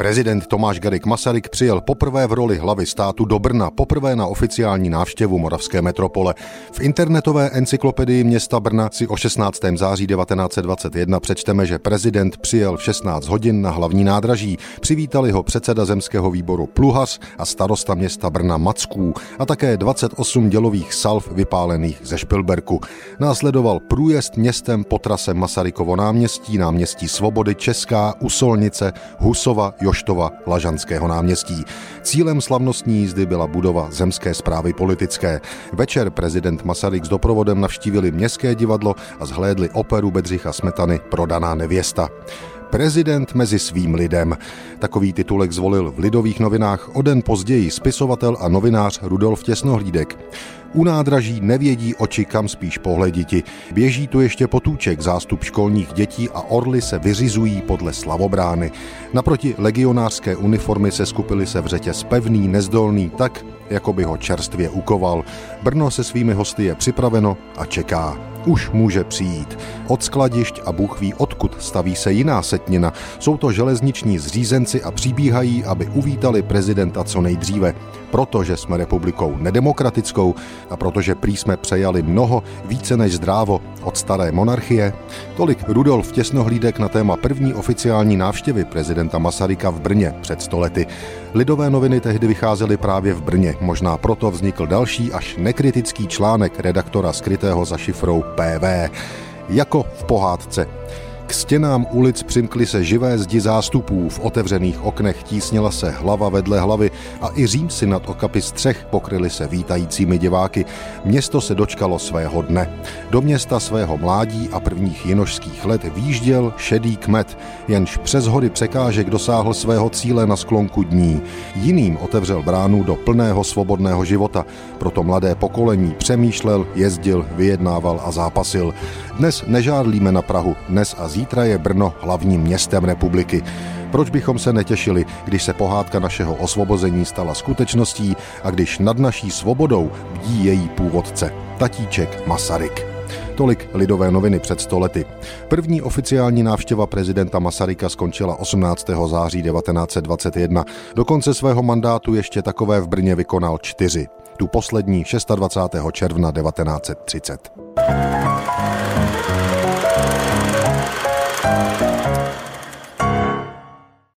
Prezident Tomáš Garrigue Masaryk přijel poprvé v roli hlavy státu do Brna, poprvé na oficiální návštěvu moravské metropole. V internetové encyklopedii města Brna si o 16. září 1921 přečteme, že prezident přijel v 16 hodin na hlavní nádraží. Přivítali ho předseda zemského výboru Pluhas a starosta města Brna Macků a také 28 dělových salv vypálených ze špilberku. Následoval průjezd městem po trase Masarykovo náměstí, náměstí Svobody, Česká, Usolnice, Husova, Joštova, Lažanského náměstí. Cílem slavnostní jízdy byla budova zemské správy politické. Večer prezident Masaryk s doprovodem navštívili Městské divadlo a zhlédli operu Bedřicha Smetany Prodaná nevěsta. Prezident mezi svým lidem. Takový titulek zvolil v Lidových novinách o den později spisovatel a novinář Rudolf Těsnohlídek. U nádraží nevědí oči, kam spíš pohlediti. Běží tu ještě potůček, zástup školních dětí a orly se vyřizují podle slavobrány. Naproti legionářské uniformy se skupili se v řetěz pevný, nezdolný, tak, jako by ho čerstvě ukoval. Brno se svými hosty je připraveno a čeká. Už může přijít. Od skladišť a Bůh ví odkud staví se jiná setnina. Jsou to železniční zřízenci a přibíhají, aby uvítali prezidenta co nejdříve. Protože jsme republikou nedemokratickou a protože prý jsme přejali mnoho, více než zdrávo od staré monarchie. Tolik Rudolf Těsnohlídek na téma první oficiální návštěvy prezidenta Masaryka v Brně před 100 lety. Lidové noviny tehdy vycházely právě v Brně. Možná proto vznikl další až nekritický článek redaktora skrytého za šifrou PV. Jako v pohádce. K stěnám ulic přimkly se živé zdi zástupů, v otevřených oknech tísnila se hlava vedle hlavy a i římsy nad okapy střech pokryly se vítajícími diváky. Město se dočkalo svého dne. Do města svého mládí a prvních jinošských let výjížděl šedý kmet, jenž přes hory překážek dosáhl svého cíle na sklonku dní. Jiným otevřel bránu do plného svobodného života. Proto mladé pokolení přemýšlel, jezdil, vyjednával a zápasil. Dnes nežádlíme na Prahu, dnes a zítra je Brno hlavním městem republiky. Proč bychom se netěšili, když se pohádka našeho osvobození stala skutečností a když nad naší svobodou bdí její původce, tatíček Masaryk. Tolik Lidové noviny před 100 lety. První oficiální návštěva prezidenta Masaryka skončila 18. září 1921. Do konce svého mandátu ještě takové v Brně vykonal 4. Tu poslední 26. června 1930.